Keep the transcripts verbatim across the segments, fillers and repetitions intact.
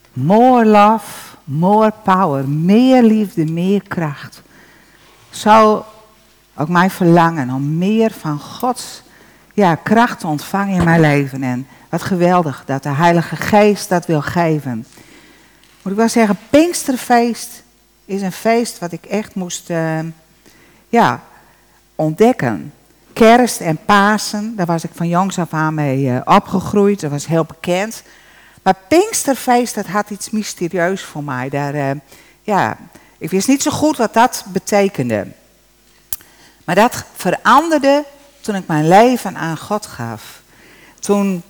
More love, more power. Meer liefde, meer kracht. Zo ook mijn verlangen om meer van Gods ja, kracht te ontvangen in mijn leven. En wat geweldig dat de Heilige Geest dat wil geven. Moet ik wel zeggen, Pinksterfeest is een feest wat ik echt moest uh, ja, ontdekken. Kerst en Pasen, daar was ik van jongs af aan mee uh, opgegroeid. Dat was heel bekend. Maar Pinksterfeest, dat had iets mysterieus voor mij. Daar, uh, ja, ik wist niet zo goed wat dat betekende. Maar dat veranderde toen ik mijn leven aan God gaf. Toen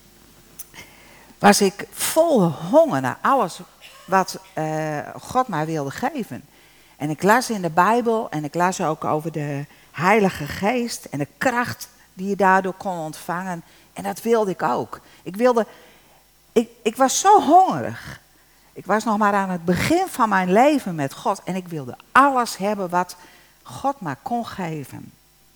was ik vol honger naar alles wat uh, God mij wilde geven. En ik las in de Bijbel en ik las ook over de Heilige Geest en de kracht die je daardoor kon ontvangen. En dat wilde ik ook. Ik wilde, ik, ik was zo hongerig. Ik was nog maar aan het begin van mijn leven met God en ik wilde alles hebben wat God mij kon geven.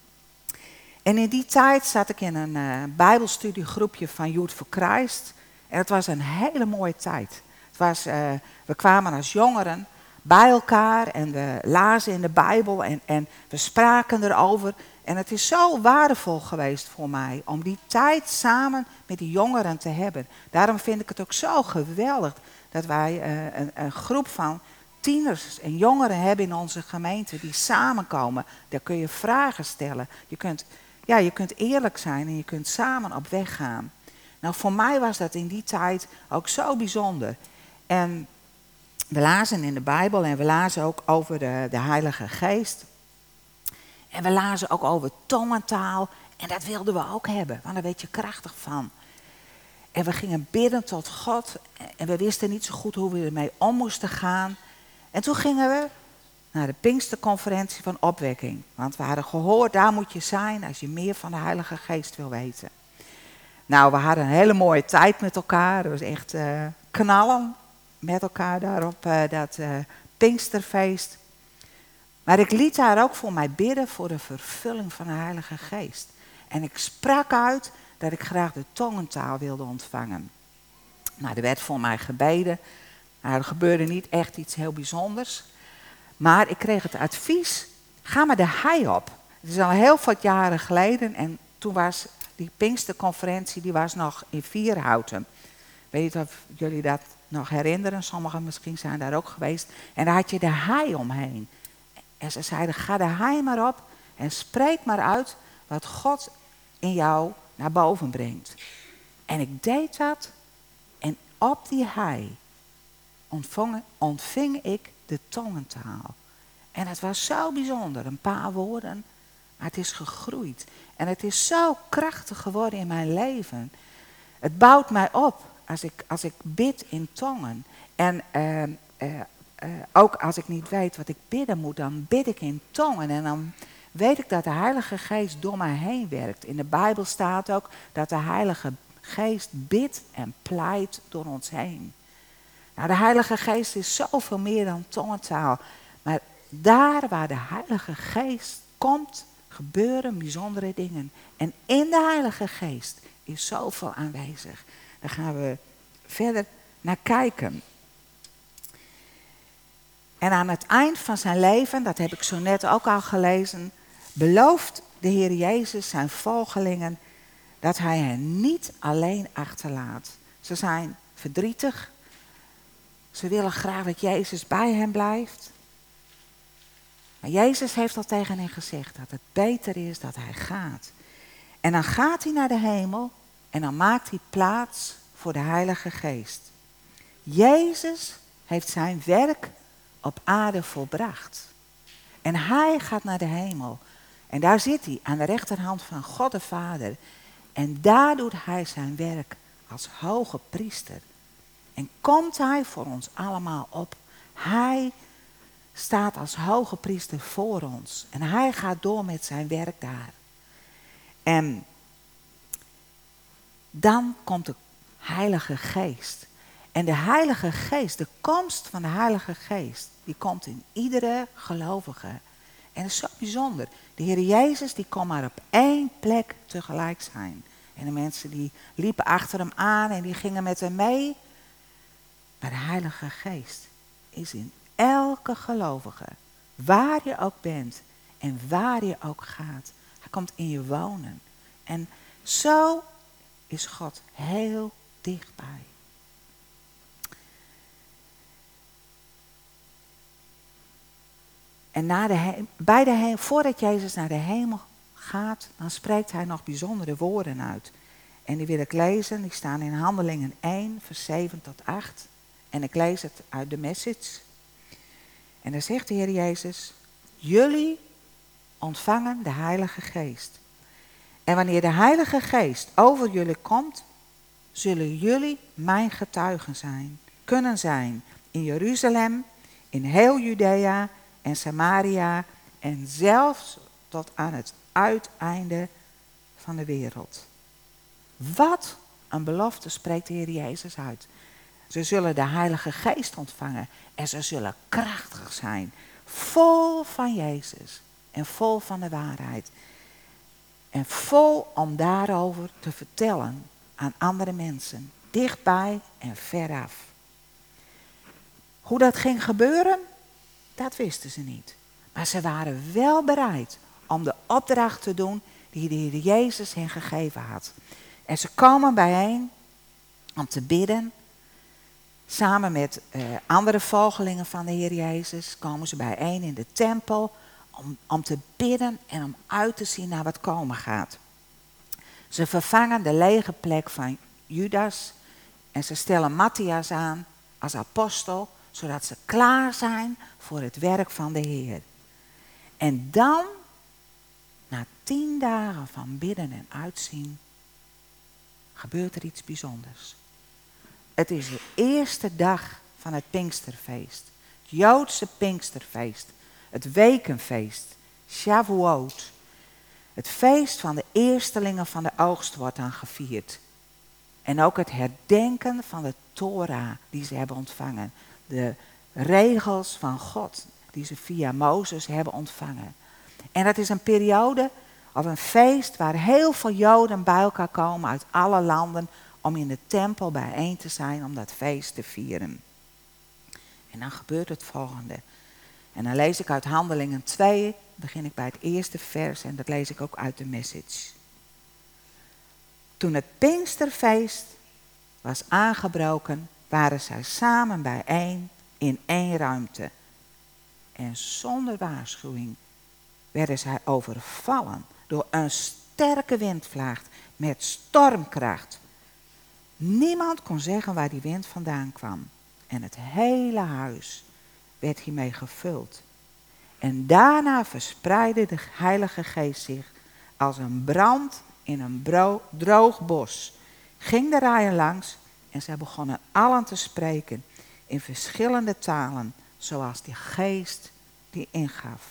En in die tijd zat ik in een uh, bijbelstudiegroepje van Youth for Christ. En het was een hele mooie tijd. Het was, uh, we kwamen als jongeren bij elkaar en we lazen in de Bijbel en, en we spraken erover. En het is zo waardevol geweest voor mij om die tijd samen met die jongeren te hebben. Daarom vind ik het ook zo geweldig dat wij uh, een, een groep van tieners en jongeren hebben in onze gemeente die samenkomen. Daar kun je vragen stellen. Je kunt, ja, je kunt eerlijk zijn en je kunt samen op weg gaan. Nou, voor mij was dat in die tijd ook zo bijzonder. En we lazen in de Bijbel en we lazen ook over de, de Heilige Geest. En we lazen ook over tongentaal. En dat wilden we ook hebben, want daar werd je krachtig van. En we gingen bidden tot God. En we wisten niet zo goed hoe we ermee om moesten gaan. En toen gingen we naar de Pinksterconferentie van Opwekking. Want we hadden gehoord, daar moet je zijn als je meer van de Heilige Geest wil weten. Nou, we hadden een hele mooie tijd met elkaar. Het was echt uh, knallen met elkaar daar op uh, dat uh, Pinksterfeest. Maar ik liet daar ook voor mij bidden voor de vervulling van de Heilige Geest. En ik sprak uit dat ik graag de tongentaal wilde ontvangen. Nou, er werd voor mij gebeden. Nou, er gebeurde niet echt iets heel bijzonders. Maar ik kreeg het advies, ga maar de hei op. Het is al heel wat jaren geleden en toen was die Pinksterconferentie, die was nog in Vierhouten. Ik weet niet of jullie dat nog herinneren, sommigen misschien zijn daar ook geweest. En daar had je de hei omheen. En ze zeiden, ga de hei maar op en spreek maar uit wat God in jou naar boven brengt. En ik deed dat en op die hei ontving, ontving ik de tongentaal. En het was zo bijzonder, een paar woorden, maar het is gegroeid. En het is zo krachtig geworden in mijn leven. Het bouwt mij op als ik, als ik bid in tongen. En uh, uh, uh, ook als ik niet weet wat ik bidden moet, dan bid ik in tongen. En dan weet ik dat de Heilige Geest door mij heen werkt. In de Bijbel staat ook dat de Heilige Geest bidt en pleit door ons heen. Nou, de Heilige Geest is zoveel meer dan tongentaal. Maar daar waar de Heilige Geest komt, gebeuren bijzondere dingen. En in de Heilige Geest is zoveel aanwezig. Daar gaan we verder naar kijken. En aan het eind van zijn leven, dat heb ik zo net ook al gelezen, belooft de Heer Jezus zijn volgelingen dat hij hen niet alleen achterlaat. Ze zijn verdrietig. Ze willen graag dat Jezus bij hen blijft. Maar Jezus heeft al tegen hen gezegd dat het beter is dat hij gaat. En dan gaat hij naar de hemel en dan maakt hij plaats voor de Heilige Geest. Jezus heeft zijn werk op aarde volbracht. En hij gaat naar de hemel. En daar zit hij aan de rechterhand van God de Vader. En daar doet hij zijn werk als hoge priester. En komt hij voor ons allemaal op. Hij staat als hoge priester voor ons. En hij gaat door met zijn werk daar. En dan komt de Heilige Geest. En de Heilige Geest, de komst van de Heilige Geest, die komt in iedere gelovige. En dat is zo bijzonder. De Heer Jezus, die kon maar op één plek tegelijk zijn. En de mensen die liepen achter hem aan en die gingen met hem mee. Maar de Heilige Geest is in elke gelovige, waar je ook bent en waar je ook gaat. Hij komt in je wonen. En zo is God heel dichtbij. En na de he- bij de he- voordat Jezus naar de hemel gaat, dan spreekt hij nog bijzondere woorden uit. En die wil ik lezen, die staan in Handelingen één, vers zeven tot acht. En ik lees het uit de Message. En dan zegt de Heer Jezus, jullie ontvangen de Heilige Geest. En wanneer de Heilige Geest over jullie komt, zullen jullie mijn getuigen zijn, kunnen zijn in Jeruzalem, in heel Judea en Samaria en zelfs tot aan het uiteinde van de wereld. Wat een belofte spreekt de Heer Jezus uit. Ze zullen de Heilige Geest ontvangen en ze zullen krachtig zijn, vol van Jezus en vol van de waarheid. En vol om daarover te vertellen aan andere mensen, dichtbij en veraf. Hoe dat ging gebeuren, dat wisten ze niet. Maar ze waren wel bereid om de opdracht te doen die de Heer Jezus hen gegeven had. En ze komen bijeen om te bidden. Samen met uh, andere volgelingen van de Heer Jezus komen ze bijeen in de tempel om, om te bidden en om uit te zien naar wat komen gaat. Ze vervangen de lege plek van Judas en ze stellen Matthias aan als apostel, zodat ze klaar zijn voor het werk van de Heer. En dan, na tien dagen van bidden en uitzien, gebeurt er iets bijzonders. Het is de eerste dag van het Pinksterfeest. Het Joodse Pinksterfeest. Het wekenfeest. Shavuot. Het feest van de eerstelingen van de oogst wordt dan gevierd. En ook het herdenken van de Torah die ze hebben ontvangen. De regels van God die ze via Mozes hebben ontvangen. En dat is een periode of een feest waar heel veel Joden bij elkaar komen uit alle landen om in de tempel bijeen te zijn om dat feest te vieren. En dan gebeurt het volgende. En dan lees ik uit Handelingen twee, begin ik bij het eerste vers en dat lees ik ook uit de Message. Toen het Pinksterfeest was aangebroken, waren zij samen bijeen in één ruimte. En zonder waarschuwing werden zij overvallen door een sterke windvlaag met stormkracht. Niemand kon zeggen waar die wind vandaan kwam. En het hele huis werd hiermee gevuld. En daarna verspreidde de Heilige Geest zich als een brand in een bro- droog bos. Ging de rijen langs en zij begonnen allen te spreken in verschillende talen, zoals die Geest die ingaf.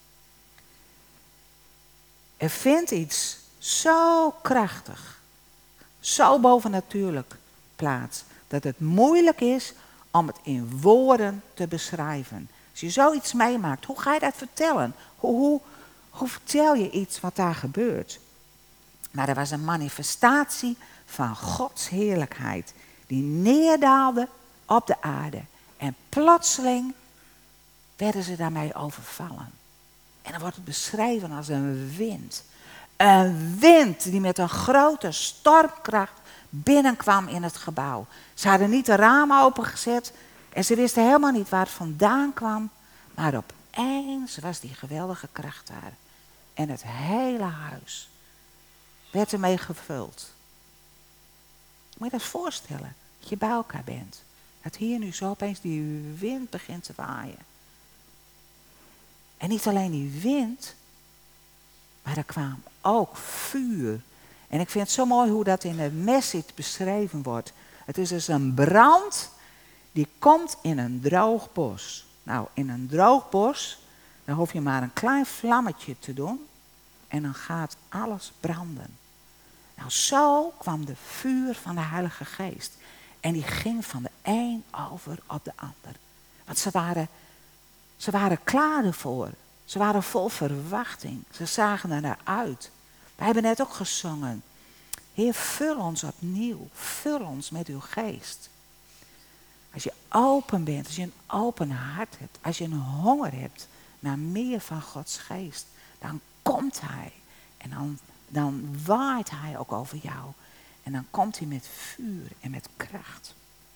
Er vindt iets zo krachtig, zo bovennatuurlijk plaats, dat het moeilijk is om het in woorden te beschrijven. Als je zoiets meemaakt, hoe ga je dat vertellen? Hoe, hoe, hoe vertel je iets wat daar gebeurt? Maar er was een manifestatie van Gods heerlijkheid die neerdaalde op de aarde. En plotseling werden ze daarmee overvallen. En dan wordt het beschreven als een wind. Een wind die met een grote stormkracht binnenkwam in het gebouw. Ze hadden niet de ramen opengezet en ze wisten helemaal niet waar het vandaan kwam. Maar opeens was die geweldige kracht daar. En het hele huis werd ermee gevuld. Moet je dat voorstellen? Dat je bij elkaar bent. Dat hier nu zo opeens die wind begint te waaien. En niet alleen die wind, maar er kwam ook vuur. En ik vind het zo mooi hoe dat in de Message beschreven wordt. Het is dus een brand die komt in een droog bos. Nou, in een droog bos, dan hoef je maar een klein vlammetje te doen en dan gaat alles branden. Nou, zo kwam de vuur van de Heilige Geest. En die ging van de een over op de ander. Want ze waren, ze waren klaar ervoor. Ze waren vol verwachting. Ze zagen er naar uit. We hebben net ook gezongen. Heer, vul ons opnieuw. Vul ons met uw geest. Als je open bent, als je een open hart hebt, als je een honger hebt naar meer van Gods geest, dan komt hij. En dan, dan waait hij ook over jou. En dan komt hij met vuur en met kracht.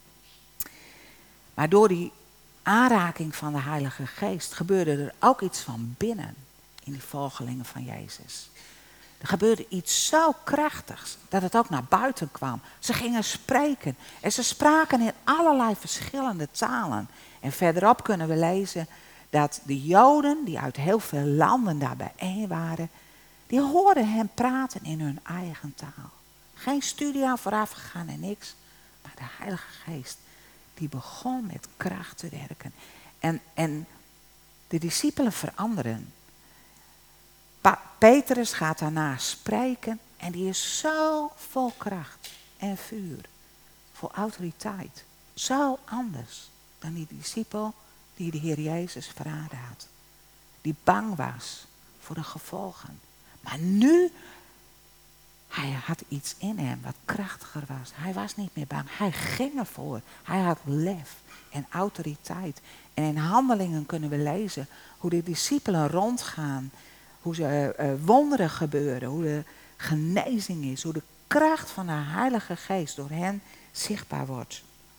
Maar door die aanraking van de Heilige Geest gebeurde er ook iets van binnen in die volgelingen van Jezus. Er gebeurde iets zo krachtigs dat het ook naar buiten kwam. Ze gingen spreken en ze spraken in allerlei verschillende talen. En verderop kunnen we lezen dat de Joden die uit heel veel landen daar bijeen waren, die hoorden hem praten in hun eigen taal. Geen studie aan vooraf gegaan en niks, maar de Heilige Geest die begon met kracht te werken. En, en de discipelen veranderen. Pa- Petrus gaat daarna spreken en die is zo vol kracht en vuur, vol autoriteit. Zo anders dan die discipel die de Heer Jezus verraden had. Die bang was voor de gevolgen. Maar nu, hij had iets in hem wat krachtiger was. Hij was niet meer bang. Hij ging ervoor. Hij had lef en autoriteit. En in Handelingen kunnen we lezen hoe de discipelen rondgaan. Hoe ze uh, wonderen gebeuren. Hoe de genezing is. Hoe de kracht van de Heilige Geest door hen zichtbaar wordt.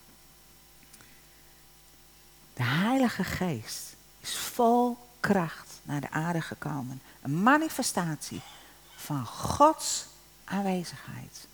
De Heilige Geest is vol kracht naar de aarde gekomen. Een manifestatie van Gods aanwezigheid.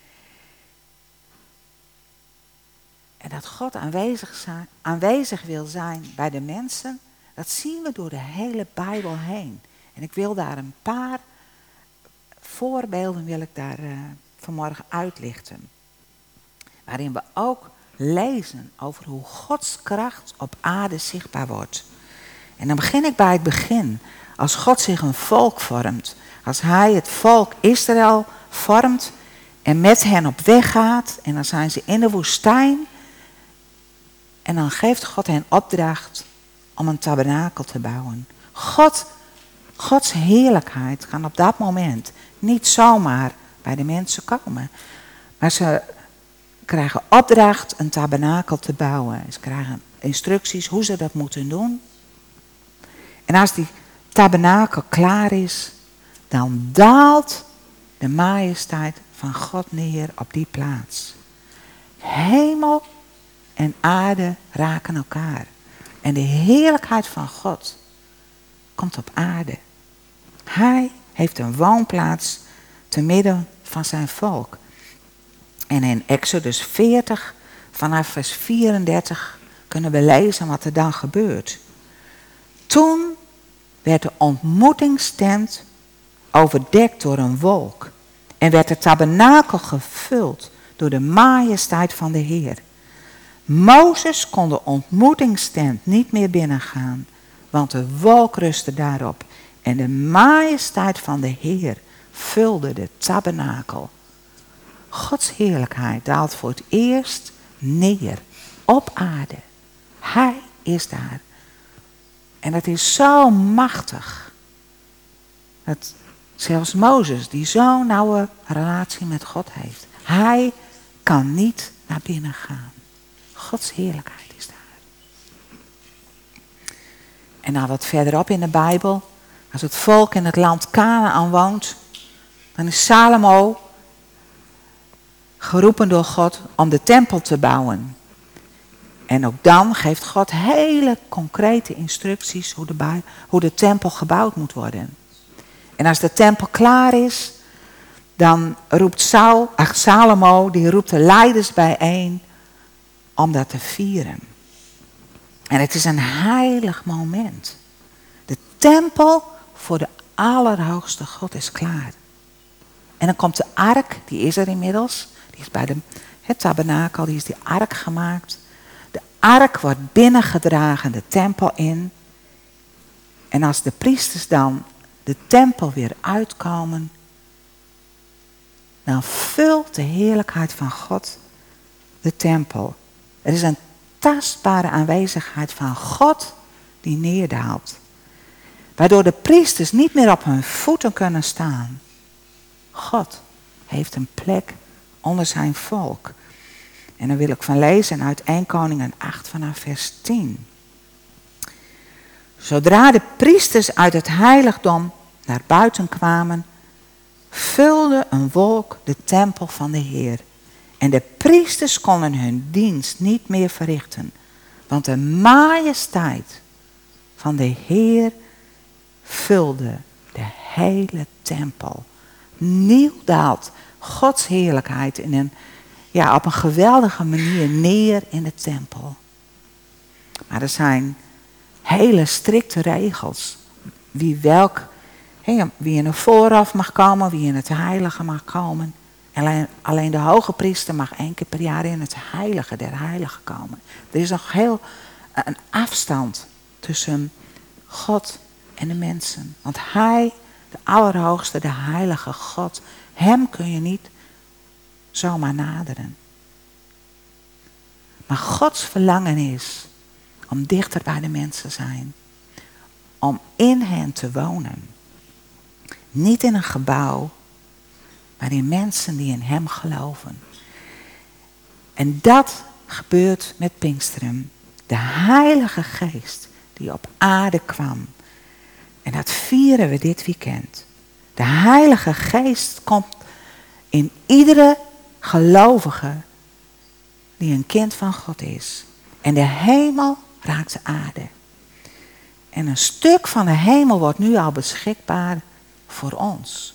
En dat God aanwezig, zijn, aanwezig wil zijn bij de mensen, dat zien we door de hele Bijbel heen. En ik wil daar een paar voorbeelden wil ik daar uh, vanmorgen uitlichten. Waarin we ook lezen over hoe Gods kracht op aarde zichtbaar wordt. En dan begin ik bij het begin. Als God zich een volk vormt. Als hij het volk Israël vormt en met hen op weg gaat. En dan zijn ze in de woestijn. En dan geeft God hen opdracht om een tabernakel te bouwen. God, Gods heerlijkheid kan op dat moment niet zomaar bij de mensen komen. Maar ze krijgen opdracht een tabernakel te bouwen. Ze krijgen instructies hoe ze dat moeten doen. En als die tabernakel klaar is, dan daalt de majesteit van God neer op die plaats. Hemel en aarde raken elkaar. En de heerlijkheid van God komt op aarde. Hij heeft een woonplaats te midden van zijn volk. En in Exodus veertig, vanaf vers vierendertig, kunnen we lezen wat er dan gebeurt. Toen werd de ontmoetingstent overdekt door een wolk. En werd de tabernakel gevuld door de majesteit van de Heer. Mozes kon de ontmoetingstent niet meer binnengaan, want de wolk rustte daarop. En de majesteit van de Heer vulde de tabernakel. Gods heerlijkheid daalt voor het eerst neer op aarde. Hij is daar. En het is zo machtig. Dat zelfs Mozes, die zo'n nauwe relatie met God heeft. Hij kan niet naar binnen gaan. Gods heerlijkheid is daar. En nou wat verderop in de Bijbel. Als het volk in het land Kanaan woont. Dan is Salomo geroepen door God om de tempel te bouwen. En ook dan geeft God hele concrete instructies hoe de, hoe de tempel gebouwd moet worden. En als de tempel klaar is, dan roept Saul, ach, Salomo, die roept de leiders bijeen om dat te vieren. En het is een heilig moment. De tempel voor de Allerhoogste God is klaar. En dan komt de ark, die is er inmiddels. Die is bij de, het tabernakel, die is die ark gemaakt. De ark wordt binnengedragen de tempel in. En als de priesters dan de tempel weer uitkomen, dan vult de heerlijkheid van God de tempel. Er is een tastbare aanwezigheid van God die neerdaalt. Waardoor de priesters niet meer op hun voeten kunnen staan. God heeft een plek onder zijn volk. En daar wil ik van lezen uit Eerste Koningen acht vanaf vers tien. Zodra de priesters uit het heiligdom naar buiten kwamen, vulde een wolk de tempel van de Heer. En de priesters konden hun dienst niet meer verrichten, want de majesteit van de Heer vulde de hele tempel. Nieuw daalt Gods heerlijkheid in een, ja, op een geweldige manier neer in de tempel. Maar er zijn hele strikte regels. Wie welk, wie in de vooraf mag komen, wie in het heilige mag komen. Alleen, alleen de hoge priester mag één keer per jaar in het heilige der heiligen komen. Er is nog heel een afstand tussen God en de mensen. Want hij, de Allerhoogste, de heilige God, hem kun je niet zomaar naderen. Maar Gods verlangen is om dichter bij de mensen te zijn. Om in hen te wonen. Niet in een gebouw, maar in mensen die in hem geloven. En dat gebeurt met Pinksteren. De Heilige Geest die op aarde kwam. En dat vieren we dit weekend. De Heilige Geest komt in iedere gelovige die een kind van God is. En de hemel raakt de aarde. En een stuk van de hemel wordt nu al beschikbaar voor ons.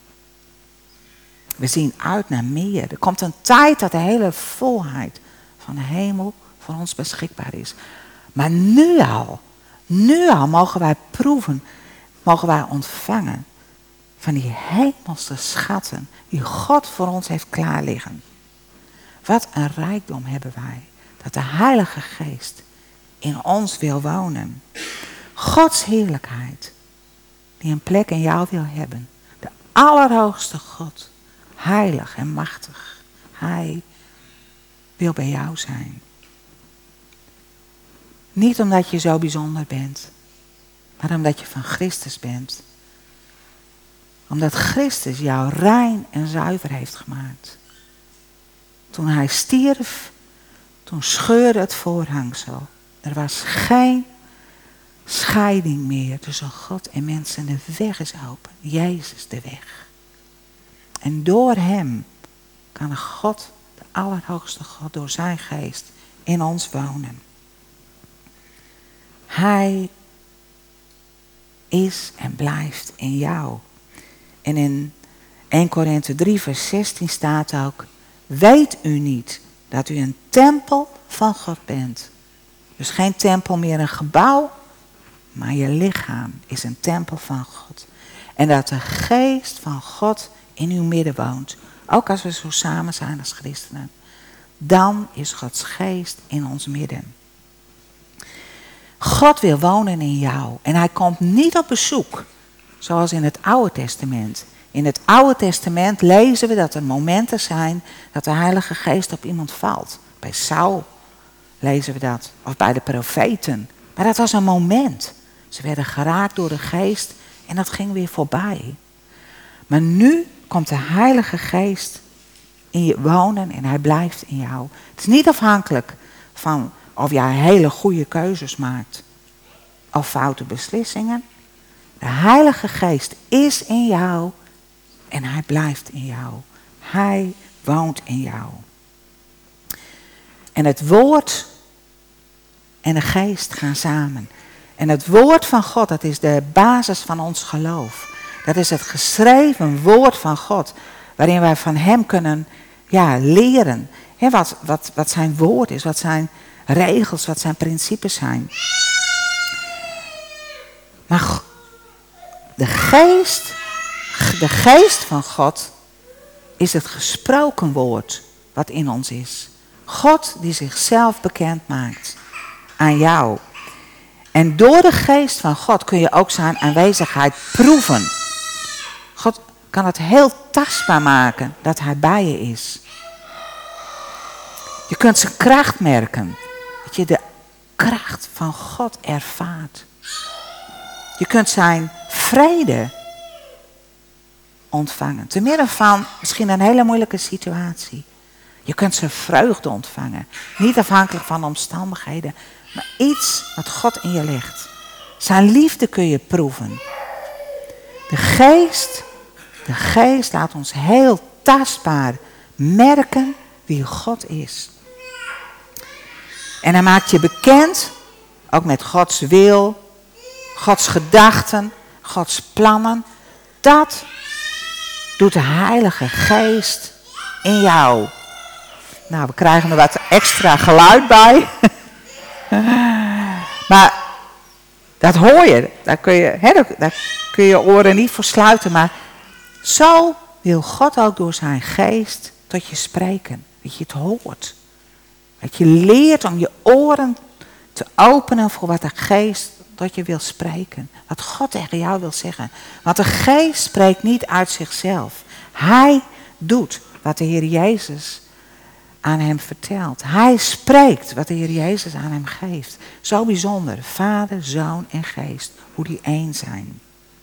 We zien uit naar meer. Er komt een tijd dat de hele volheid van de hemel voor ons beschikbaar is. Maar nu al, nu al mogen wij proeven, mogen wij ontvangen van die hemelse schatten die God voor ons heeft klaar liggen. Wat een rijkdom hebben wij, dat de Heilige Geest in ons wil wonen. Gods heerlijkheid, die een plek in jou wil hebben. De Allerhoogste God, heilig en machtig. Hij wil bij jou zijn. Niet omdat je zo bijzonder bent, maar omdat je van Christus bent. Omdat Christus jou rein en zuiver heeft gemaakt. Toen hij stierf, toen scheurde het voorhangsel. Er was geen scheiding meer tussen God en mensen. De weg is open. Jezus de weg. En door hem kan God, de Allerhoogste God, door zijn geest in ons wonen. Hij is en blijft in jou. En in Eerste Korinthe drie vers zestien staat ook: weet u niet dat u een tempel van God bent? Dus geen tempel meer een gebouw, maar je lichaam is een tempel van God. En dat de geest van God in uw midden woont. Ook als we zo samen zijn als christenen. Dan is Gods geest in ons midden. God wil wonen in jou. En hij komt niet op bezoek. Zoals in het Oude Testament. In het Oude Testament lezen we dat er momenten zijn dat de Heilige Geest op iemand valt. Bij Saul lezen we dat. Of bij de profeten. Maar dat was een moment. Ze werden geraakt door de Geest en dat ging weer voorbij. Maar nu komt de Heilige Geest in je wonen en hij blijft in jou. Het is niet afhankelijk van of jij hele goede keuzes maakt of foute beslissingen. De Heilige Geest is in jou en hij blijft in jou. Hij woont in jou. En het woord en de geest gaan samen. En het woord van God, dat is de basis van ons geloof. Dat is het geschreven woord van God. Waarin wij van hem kunnen ja, leren. He, wat, wat, wat zijn woord is, wat zijn regels, wat zijn principes zijn. Maar de geest, de geest van God is het gesproken woord wat in ons is. God die zichzelf bekend maakt aan jou. En door de geest van God kun je ook zijn aanwezigheid proeven. God kan het heel tastbaar maken dat hij bij je is. Je kunt zijn kracht merken. Dat je de kracht van God ervaart. Je kunt zijn vrede ontvangen. Te midden van misschien een hele moeilijke situatie. Je kunt zijn vreugde ontvangen. Niet afhankelijk van omstandigheden, maar iets wat God in je legt. Zijn liefde kun je proeven. De geest, de geest laat ons heel tastbaar merken wie God is. En hij maakt je bekend, ook met Gods wil, Gods gedachten, Gods plannen. Dat doet de Heilige Geest in jou. Nou, we krijgen er wat extra geluid bij. Maar dat hoor je. Daar kun je, hè, daar kun je oren niet voor sluiten. Maar zo wil God ook door zijn geest tot je spreken. Dat je het hoort. Dat je leert om je oren te openen voor wat de geest tot je wil spreken. Wat God tegen jou wil zeggen. Want de geest spreekt niet uit zichzelf. Hij doet wat de Heer Jezus aan hem vertelt. Hij spreekt wat de Heer Jezus aan hem geeft. Zo bijzonder. Vader, Zoon en Geest. Hoe die één zijn.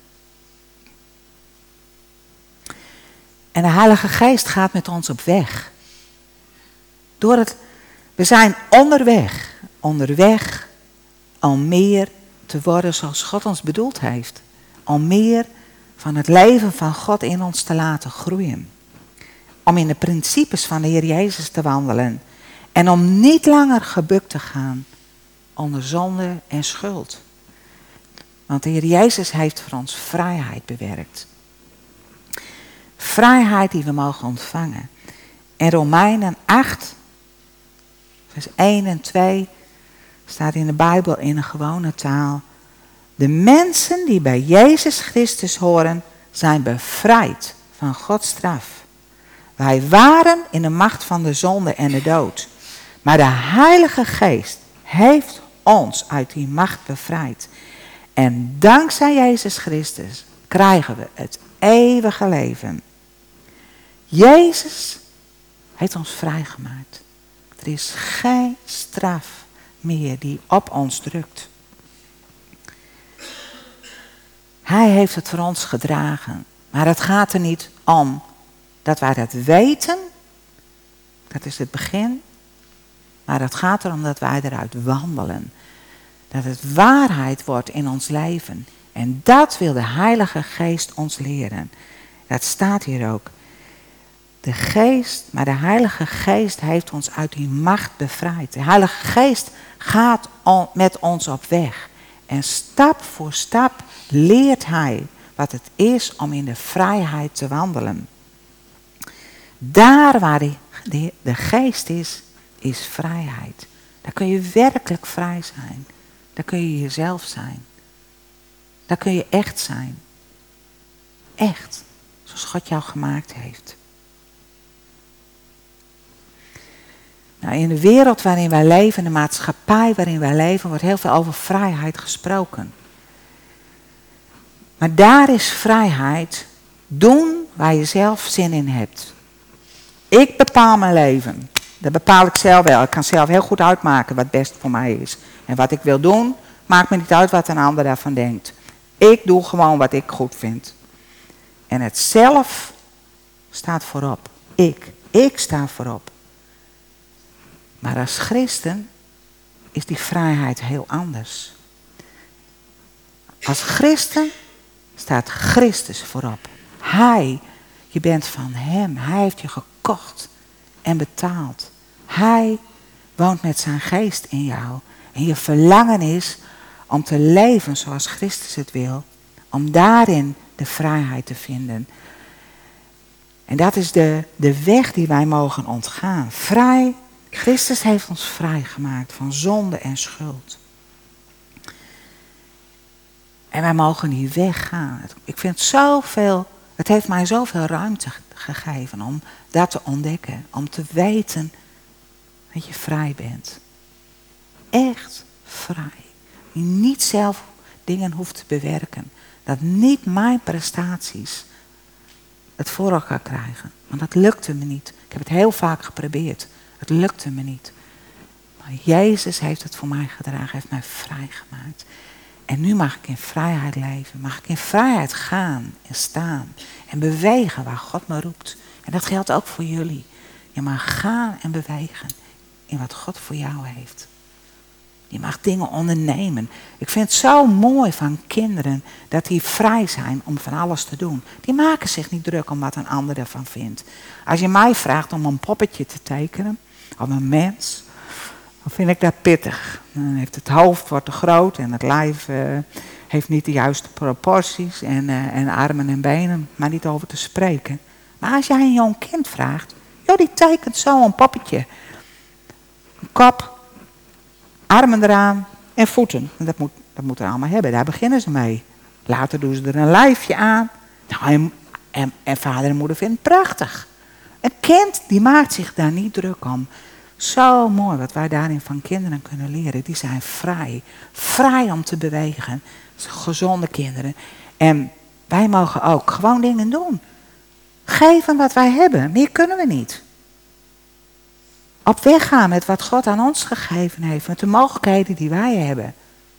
En de Heilige Geest gaat met ons op weg. Door het, we zijn onderweg. Onderweg om meer te worden zoals God ons bedoeld heeft. Om meer van het leven van God in ons te laten groeien. Om in de principes van de Heer Jezus te wandelen. En om niet langer gebukt te gaan onder zonde en schuld. Want de Heer Jezus heeft voor ons vrijheid bewerkt. Vrijheid die we mogen ontvangen. En Romeinen acht, vers één en twee, staat in de Bijbel in een gewone taal. De mensen die bij Jezus Christus horen, zijn bevrijd van Gods straf. Wij waren in de macht van de zonde en de dood. Maar de Heilige Geest heeft ons uit die macht bevrijd. En dankzij Jezus Christus krijgen we het eeuwige leven. Jezus heeft ons vrijgemaakt. Er is geen straf meer die op ons drukt. Hij heeft het voor ons gedragen. Maar het gaat er niet om dat wij dat weten. Dat is het begin. Maar het gaat erom dat wij eruit wandelen. Dat het waarheid wordt in ons leven. En dat wil de Heilige Geest ons leren. Dat staat hier ook. De Geest, maar de Heilige Geest heeft ons uit die macht bevrijd. De Heilige Geest gaat on, met ons op weg. En stap voor stap leert hij wat het is om in de vrijheid te wandelen. Daar waar die, de, de Geest is, is vrijheid. Daar kun je werkelijk vrij zijn. Daar kun je jezelf zijn. Daar kun je echt zijn. Echt. Zoals God jou gemaakt heeft. Nou, in de wereld waarin wij leven, de maatschappij waarin wij leven, wordt heel veel over vrijheid gesproken. Maar daar is vrijheid doen waar je zelf zin in hebt. Ik bepaal mijn leven. Dat bepaal ik zelf wel. Ik kan zelf heel goed uitmaken wat best voor mij is. En wat ik wil doen, maakt me niet uit wat een ander daarvan denkt. Ik doe gewoon wat ik goed vind. En het zelf staat voorop. Ik. Ik sta voorop. Maar als christen is die vrijheid heel anders. Als christen staat Christus voorop. Hij, je bent van hem. Hij heeft je gekocht en betaald. Hij woont met zijn geest in jou. En je verlangen is om te leven zoals Christus het wil. Om daarin de vrijheid te vinden. En dat is de, de weg die wij mogen ontgaan. Vrij. Christus heeft ons vrijgemaakt van zonde en schuld. En wij mogen die weg gaan. Ik vind zoveel, het heeft mij zoveel ruimte gegeven om dat te ontdekken. Om te weten dat je vrij bent. Echt vrij. Je niet zelf dingen hoeft te bewerken. Dat niet mijn prestaties het voor elkaar krijgen. Want dat lukte me niet. Ik heb het heel vaak geprobeerd. Het lukte me niet. Maar Jezus heeft het voor mij gedragen. Heeft mij vrijgemaakt. En nu mag ik in vrijheid leven. Mag ik in vrijheid gaan en staan. En bewegen waar God me roept. En dat geldt ook voor jullie. Je mag gaan en bewegen in wat God voor jou heeft. Je mag dingen ondernemen. Ik vind het zo mooi van kinderen dat die vrij zijn om van alles te doen. Die maken zich niet druk om wat een ander ervan vindt. Als je mij vraagt om een poppetje te tekenen, of een mens, dan vind ik dat pittig. Dan heeft het hoofd wordt te groot en het lijf uh, heeft niet de juiste proporties en, uh, en armen en benen, maar niet over te spreken. Maar als jij een jong kind vraagt, joh, die tekent zo een poppetje. Een kop, armen eraan en voeten. Dat moet, dat moet er allemaal hebben, daar beginnen ze mee. Later doen ze er een lijfje aan. Nou, en, en, en vader en moeder vinden het prachtig. Een kind die maakt zich daar niet druk om. Zo mooi wat wij daarin van kinderen kunnen leren. Die zijn vrij. Vrij om te bewegen. Gezonde kinderen. En wij mogen ook gewoon dingen doen. Geven wat wij hebben. Meer kunnen we niet. Op weg gaan met wat God aan ons gegeven heeft. Met de mogelijkheden die wij hebben.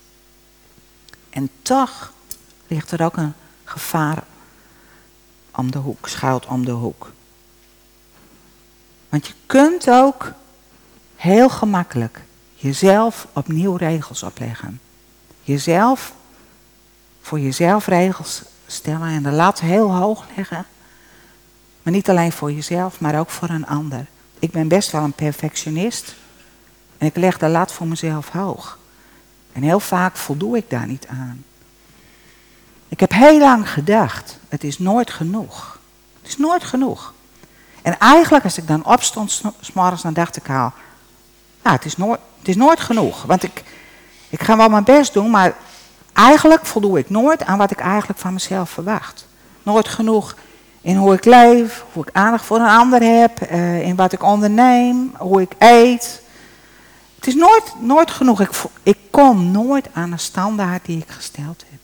En toch ligt er ook een gevaar om de hoek. Schuilt om de hoek. Want je kunt ook heel gemakkelijk jezelf opnieuw regels opleggen. Jezelf, voor jezelf regels stellen en de lat heel hoog leggen. Maar niet alleen voor jezelf, maar ook voor een ander. Ik ben best wel een perfectionist. En ik leg de lat voor mezelf hoog. En heel vaak voldoe ik daar niet aan. Ik heb heel lang gedacht, het is nooit genoeg. Het is nooit genoeg. En eigenlijk als ik dan opstond 's morgens, dan dacht ik al, nou, het is nooit, het is nooit genoeg. Want ik, ik ga wel mijn best doen, maar eigenlijk voldoe ik nooit aan wat ik eigenlijk van mezelf verwacht. Nooit genoeg in hoe ik leef, hoe ik aandacht voor een ander heb, uh, in wat ik onderneem, hoe ik eet. Het is nooit, nooit genoeg. Ik, ik kom nooit aan een standaard die ik gesteld heb.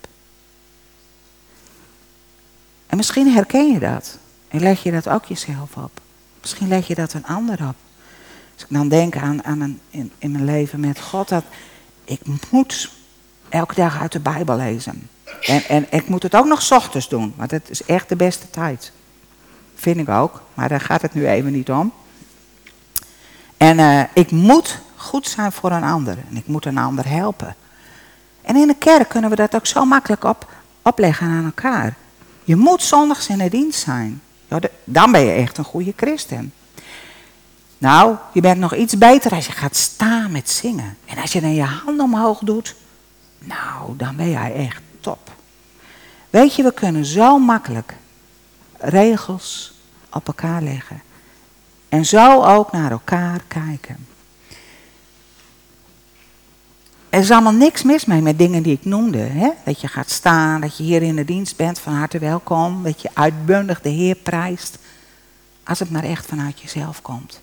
En misschien herken je dat. En leg je dat ook jezelf op. Misschien leg je dat een ander op. Als ik dan denk aan, aan een, in, in mijn leven met God, dat ik moet elke dag uit de Bijbel lezen. En, en ik moet het ook nog 's ochtends doen, want het is echt de beste tijd. Vind ik ook, maar daar gaat het nu even niet om. En uh, ik moet goed zijn voor een ander. En ik moet een ander helpen. En in de kerk kunnen we dat ook zo makkelijk op, opleggen aan elkaar. Je moet zondags in de dienst zijn. Ja, de, dan ben je echt een goede christen. Nou, je bent nog iets beter als je gaat staan met zingen. En als je dan je handen omhoog doet, nou, dan ben jij echt top. Weet je, we kunnen zo makkelijk regels op elkaar leggen. En zo ook naar elkaar kijken. Er is allemaal niks mis mee met dingen die ik noemde. Hè? Dat je gaat staan, dat je hier in de dienst bent, van harte welkom. Dat je uitbundig de Heer prijst. Als het maar echt vanuit jezelf komt.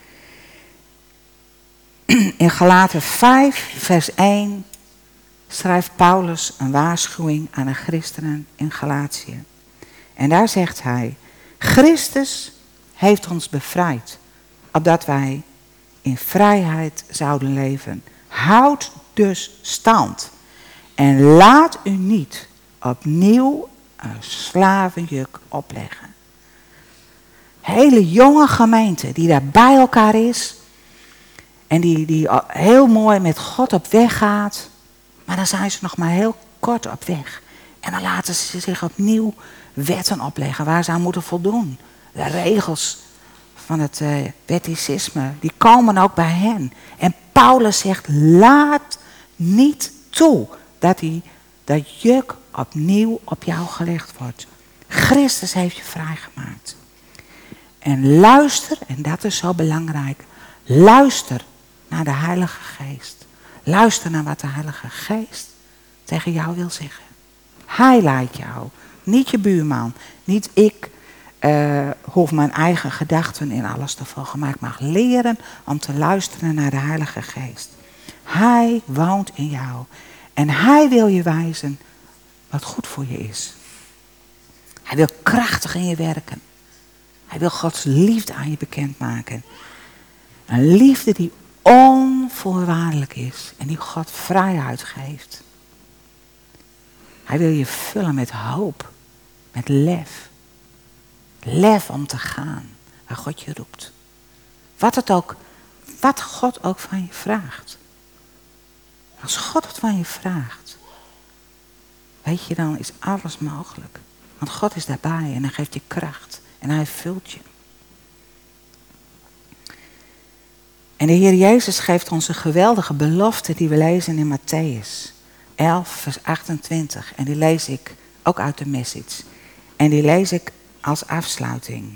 In Galaten vijf, vers één, schrijft Paulus een waarschuwing aan de christenen in Galatië. En daar zegt hij, Christus heeft ons bevrijd, opdat wij in vrijheid zouden leven. Houd dus stand en laat u niet opnieuw een slavenjuk opleggen. Hele jonge gemeente die daar bij elkaar is en die, die heel mooi met God op weg gaat, maar dan zijn ze nog maar heel kort op weg. En dan laten ze zich opnieuw wetten opleggen waar ze aan moeten voldoen. De regels van het uh, wetticisme, die komen ook bij hen. En Paulus zegt, laat niet toe dat die, dat juk opnieuw op jou gelegd wordt. Christus heeft je vrijgemaakt. En luister, en dat is zo belangrijk, luister naar de Heilige Geest. Luister naar wat de Heilige Geest tegen jou wil zeggen. Hij leidt jou, niet je buurman, niet ik. Uh, hoef mijn eigen gedachten in alles te volgen. Maar ik mag leren om te luisteren naar de Heilige Geest. Hij woont in jou. En hij wil je wijzen wat goed voor je is. Hij wil krachtig in je werken. Hij wil Gods liefde aan je bekendmaken. Een liefde die onvoorwaardelijk is. En die God vrijheid geeft. Hij wil je vullen met hoop. Met lef. Lef om te gaan waar God je roept. Wat het ook, wat God ook van je vraagt. Als God het van je vraagt, weet je, dan is alles mogelijk. Want God is daarbij en hij geeft je kracht en hij vult je. En de Heer Jezus geeft ons een geweldige belofte die we lezen in Matthäus elf, vers achtentwintig. En die lees ik ook uit de Message. En die lees ik als afsluiting.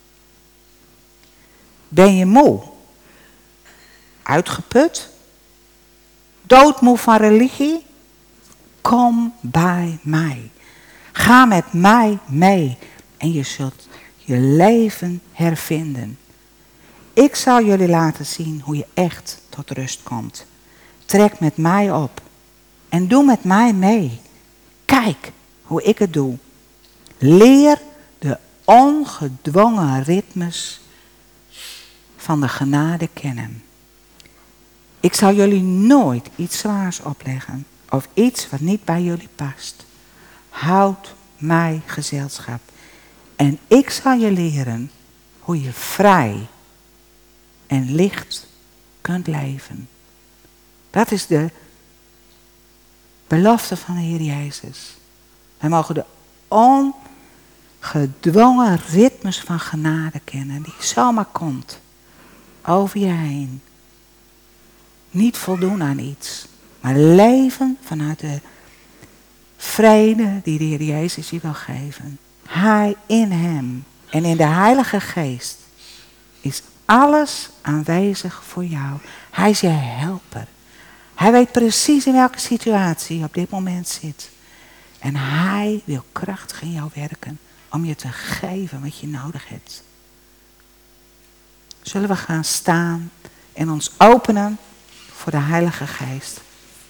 Ben je moe? Uitgeput? Doodmoe van religie? Kom bij mij. Ga met mij mee en je zult je leven hervinden. Ik zal jullie laten zien hoe je echt tot rust komt. Trek met mij op en doe met mij mee. Kijk hoe ik het doe. Leer de ongedwongen ritmes van de genade kennen. Ik zal jullie nooit iets zwaars opleggen of iets wat niet bij jullie past. Houd mij gezelschap en ik zal je leren hoe je vrij en licht kunt leven. Dat is de belofte van de Heer Jezus. Wij mogen de ongedwongen ritmes van genade kennen, die zomaar komt over je heen. Niet voldoen aan iets, maar leven vanuit de vrede die de Heer Jezus je wil geven. Hij in hem en in de Heilige Geest is alles aanwezig voor jou. Hij is je helper. Hij weet precies in welke situatie je op dit moment zit. En hij wil krachtig in jou werken om je te geven wat je nodig hebt. Zullen we gaan staan en ons openen voor de Heilige Geest.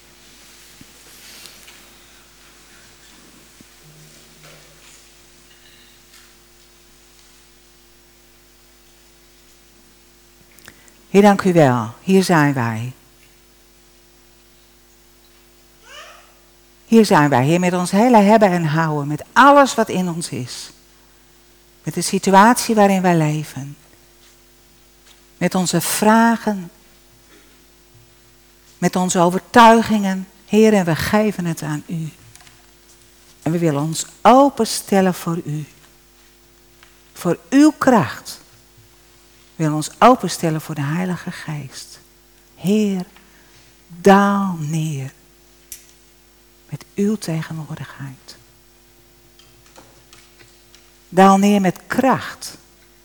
Heer, dank u wel. Hier zijn wij. Hier zijn wij, Heer, met ons hele hebben en houden. Met alles wat in ons is. Met de situatie waarin wij leven. Met onze vragen. Met onze overtuigingen. Heer, en we geven het aan u. En we willen ons openstellen voor u. Voor uw kracht. We willen ons openstellen voor de Heilige Geest. Heer, daal neer. Met uw tegenwoordigheid. Daal neer met kracht.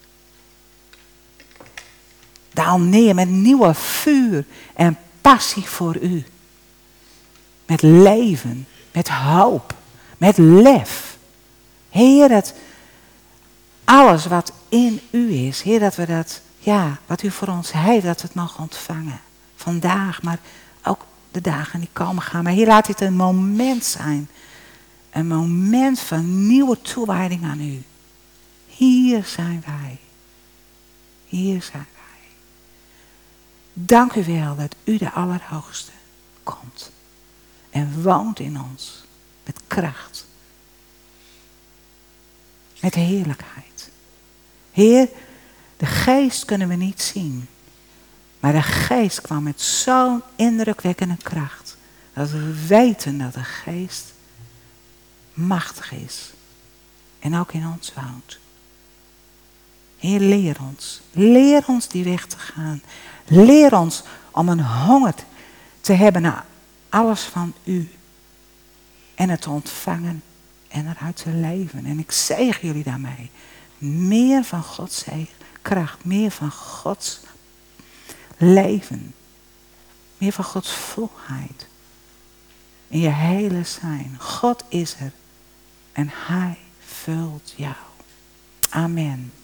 Daal neer met nieuwe vuur en passie voor u. Met leven, met hoop, met lef. Heer, dat alles wat in u is, Heer, dat we dat, ja, wat u voor ons heeft, dat we het mogen ontvangen. Vandaag, maar ook de dagen die komen gaan. Maar Heer, laat dit een moment zijn. Een moment van nieuwe toewijding aan u. Hier zijn wij. Hier zijn wij. Dank u wel dat u de Allerhoogste komt. En woont in ons. Met kracht. Met heerlijkheid. Heer, de geest kunnen we niet zien. Maar de geest kwam met zo'n indrukwekkende kracht. Dat we weten dat de geest machtig is. En ook in ons woont. Heer, leer ons. Leer ons die weg te gaan. Leer ons om een honger te hebben naar alles van u. En het te ontvangen en eruit te leven. En ik zegen jullie daarmee. Meer van Gods kracht. Meer van Gods leven. Meer van Gods volheid. In je hele zijn. God is er. En hij vult jou. Amen.